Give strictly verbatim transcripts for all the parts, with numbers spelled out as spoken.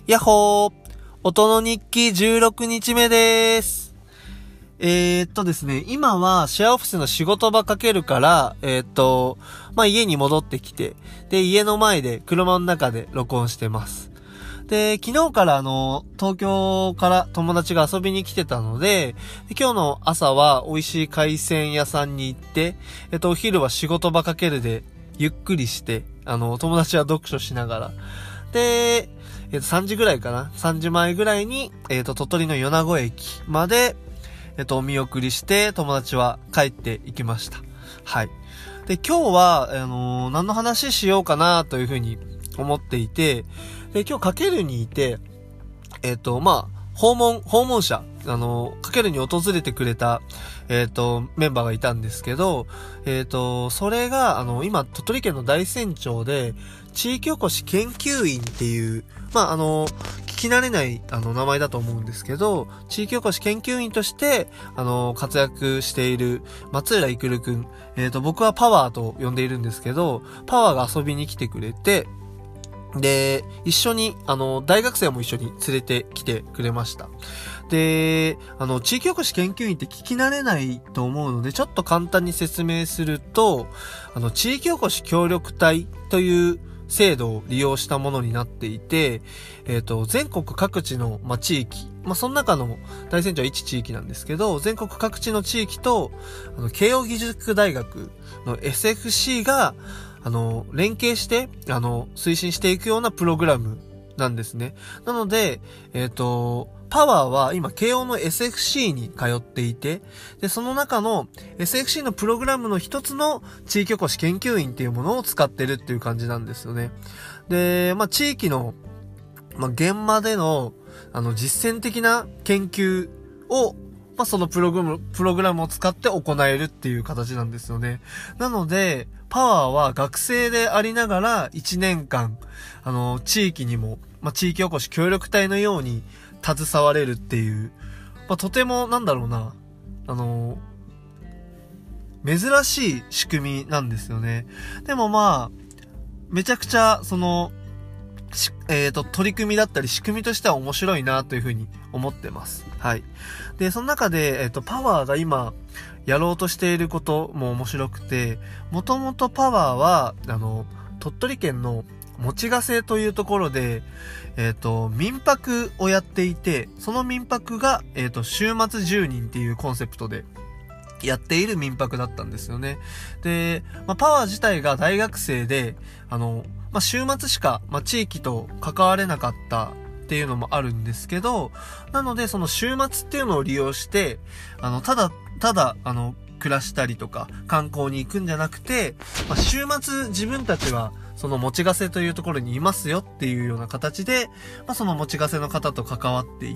やっほー音の日記じゅうろくにちめでーす。えー、っとですね、今はシェアオフィスの仕事場かけるから、えー、っと、まあ、家に戻ってきて、で、家の前で、車の中で録音してます。で、昨日からあの、東京から友達が遊びに来てたので、で今日の朝は美味しい海鮮屋さんに行って、えっと、お昼は仕事場かけるで、ゆっくりして、あの、友達は読書しながら、で、えっと、さんじぐらいかな ?さんじまえぐらいに、えっと、鳥取の米子駅まで、えっと、お見送りして、友達は帰っていきました。はい。で、今日は、あのー、何の話しようかなというふうに思っていて、で、今日かけるにいて、えっと、まあ、訪問、訪問者、あの、かけるに訪れてくれた、えっと、メンバーがいたんですけど、えっと、それが、あの、今、鳥取県の大山町で、地域おこし研究員っていう、まあ、あの、聞き慣れない、あの、名前だと思うんですけど、地域おこし研究員として、あの、活躍している、松浦育くん、えっと、僕はパワーと呼んでいるんですけど、パワーが遊びに来てくれて、で、一緒に、あの、大学生も一緒に連れてきてくれました。で、あの、地域おこし研究員って聞き慣れないと思うので、ちょっと簡単に説明すると、あの、地域おこし協力隊という制度を利用したものになっていて、えっと、全国各地の、まあ、地域、まあ、その中の大山町は一地域なんですけど、全国各地の地域と、あの、慶応義塾大学の エスエフシー が、あの、連携して、あの、推進していくようなプログラムなんですね。なので、えっと、パワーは今、慶応の エスエフシー に通っていて、で、その中の エスエフシー のプログラムの一つの地域おこし研究員っていうものを使ってるっていう感じなんですよね。で、まあ、地域の、まあ、現場での、あの、実践的な研究を、まあ、そのプログラム、プログラムを使って行えるっていう形なんですよね。なので、パワーは学生でありながらいちねんかん、あの、地域にも、まあ、地域おこし協力隊のように携われるっていう、まあ、とても、なんだろうな、あの、珍しい仕組みなんですよね。でもまあ、めちゃくちゃ、その、えっと、取り組みだったり仕組みとしては面白いなというふうに思ってます。はい。で、その中で、えっと、パワーが今、やろうとしていることも面白くて、もともとパワーは、あの、鳥取県の用ヶ瀬というところで、えっと、民泊をやっていて、その民泊が、えっと、週末じゅうにんっていうコンセプトで、やっている民泊だったんですよね。で、まあ、パワー自体が大学生で、あの、まあ、週末しか、まあ、地域と関われなかったっていうのもあるんですけど、なのでその週末っていうのを利用して、あの、ただ、ただ、あの、暮らしたりとか観光に行くんじゃなくて、まあ、週末自分たちはその用ヶ瀬というところにいますよっていうような形で、まあ、その用ヶ瀬の方と関わっていって、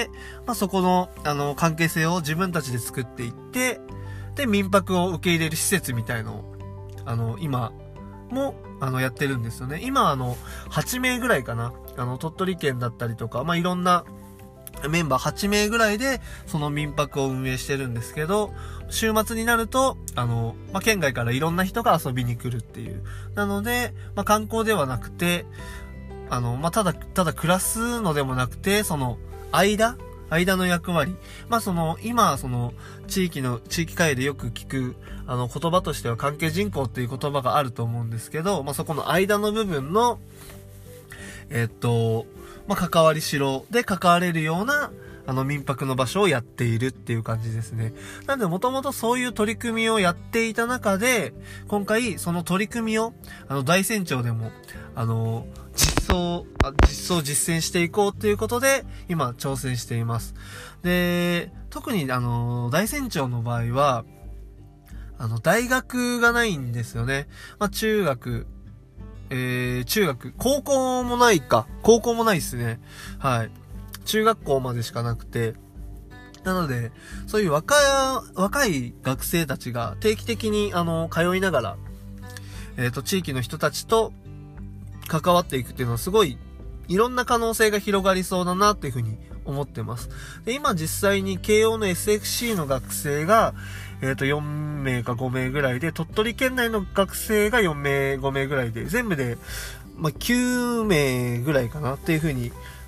まあ、そこの、あの、関係性を自分たちで作っていって、で、民泊を受け入れる施設みたいのを、あの、今も、あの、やってるんですよね。今、あの、はちめいぐらいかな。あの、鳥取県だったりとか、まあ、いろんなメンバーはちめいぐらいで、その民泊を運営してるんですけど、週末になると、あの、まあ、県外からいろんな人が遊びに来るっていう。なので、まあ、観光ではなくて、あの、まあ、ただ、ただ暮らすのでもなくて、その、間間の役割。まあ、その、今、その、地域の、地域会でよく聞く、あの、言葉としては関係人口っていう言葉があると思うんですけど、まあ、そこの間の部分の、えっと、まあ、関わりしろで関われるような、あの、民泊の場所をやっているっていう感じですね。なんで、もともとそういう取り組みをやっていた中で、今回、その取り組みを、あの、大山町でも、あの、実装、実装実践していこうということで、今、挑戦しています。で、特に、あの、大山町の場合は、あの、大学がないんですよね。まあ、中学、えー、中学、高校もないか。高校もないですね。はい。中学校までしかなくて。なので、そういう若い、若い学生たちが定期的に、あの、通いながら、えっと、地域の人たちと関わっていくっていうのはすごい、いろんな可能性が広がりそうだなっていうふうに思ってます。で、今実際に慶応の エスエフシー の学生が、えっと、よんめいかごめいぐらいで、鳥取県内の学生がよんめい、ごめいぐらいで、全部で、まあ、きゅうめいぐらいかなっていう風に、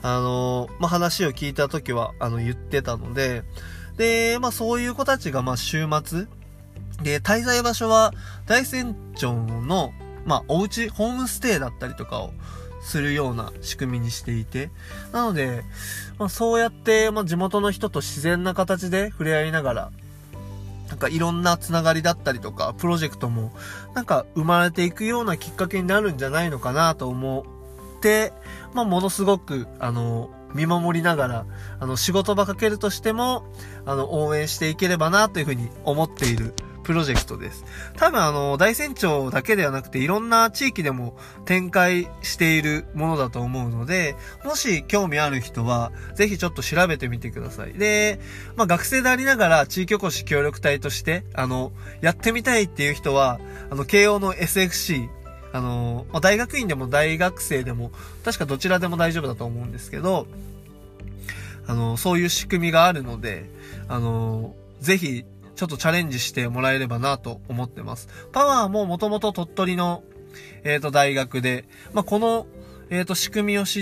あの、まあ、話を聞いた時は、あの、言ってたので、で、まあ、そういう子たちが、ま、週末、で、滞在場所は、大山町の、まあ、お家、ホームステイだったりとかをするような仕組みにしていて、なので、まあ、そうやって、まあ、地元の人と自然な形で触れ合いながら、なんかいろんなつながりだったりとか、プロジェクトも、なんか生まれていくようなきっかけになるんじゃないのかなと思って、まあ、ものすごく、あの、見守りながら、あの、仕事場かけるとしても、あの、応援していければなというふうに思っているプロジェクトです。多分あの、大山町だけではなくて、いろんな地域でも展開しているものだと思うので、もし興味ある人は、ぜひちょっと調べてみてください。で、まあ、学生でありながら、地域おこし協力隊として、あの、やってみたいっていう人は、あの、慶応の エスエフシー、あの、まあ、大学院でも大学生でも、確かどちらでも大丈夫だと思うんですけど、あの、そういう仕組みがあるので、あの、ぜひ、ちょっとチャレンジしてもらえればなと思ってます。パワーももともと鳥取の、えっと、大学で、まあ、この、えっと、仕組みを知って、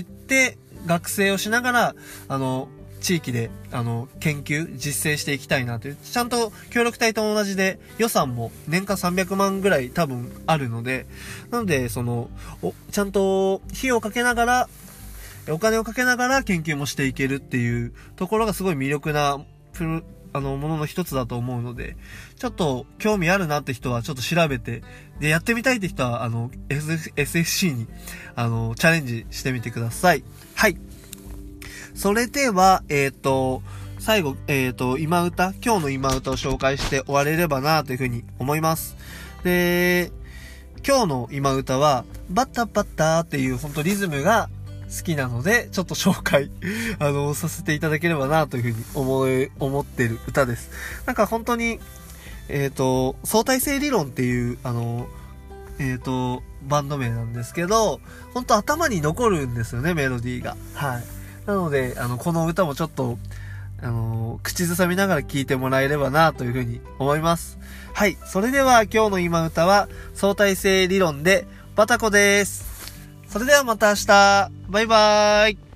学生をしながら、あの、地域で、あの、研究、実践していきたいなという、ちゃんと協力隊と同じで、予算も年間さんびゃくまんぐらい多分あるので、なので、その、お、ちゃんと費用をかけながら、お金をかけながら研究もしていけるっていうところがすごい魅力な、プロ、あの、ものの一つだと思うので、ちょっと興味あるなって人はちょっと調べて、で、やってみたいって人は、あの、エスエフシー に、あの、チャレンジしてみてください。はい。それでは、えっと、最後、えっと、今歌、今日の今歌を紹介して終われればなというふうに思います。で、今日の今歌は、バッタバッタっていう本当リズムが好きなので、ちょっと紹介、あの、させていただければなというふうに思い、思ってる歌です。なんか本当に、えっと、相対性理論っていう、あの、えっと、バンド名なんですけど、本当頭に残るんですよね、メロディーが。はい。なので、あの、この歌もちょっと、あの、口ずさみながら聴いてもらえればなというふうに思います。はい。それでは今日の今歌は、相対性理論でバタコです。それではまた明日。バイバーイ。